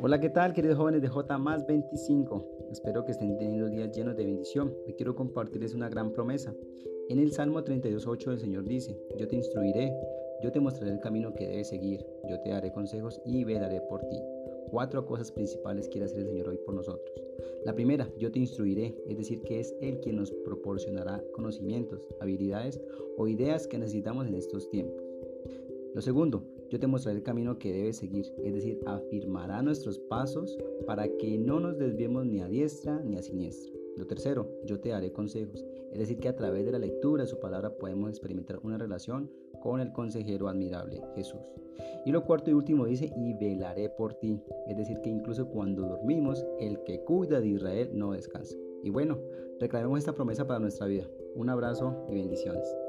Hola, ¿qué tal, queridos jóvenes de J más 25? Espero que estén teniendo días llenos de bendición. Hoy quiero compartirles una gran promesa. En el Salmo 32:8 el Señor dice: Yo te instruiré, yo te mostraré el camino que debes seguir, yo te daré consejos y velaré por ti. Cuatro cosas principales quiere hacer el Señor hoy por nosotros. La primera, yo te instruiré, es decir, que es Él quien nos proporcionará conocimientos, habilidades o ideas que necesitamos en estos tiempos. Lo segundo, yo te mostraré el camino que debes seguir, es decir, afirmará nuestros pasos para que no nos desviemos ni a diestra ni a siniestra. Lo tercero, yo te daré consejos, es decir, que a través de la lectura de su palabra podemos experimentar una relación con el consejero admirable, Jesús. Y lo cuarto y último dice: y velaré por ti, es decir, que incluso cuando dormimos, el que cuida de Israel no descansa. Y bueno, reclamemos esta promesa para nuestra vida. Un abrazo y bendiciones.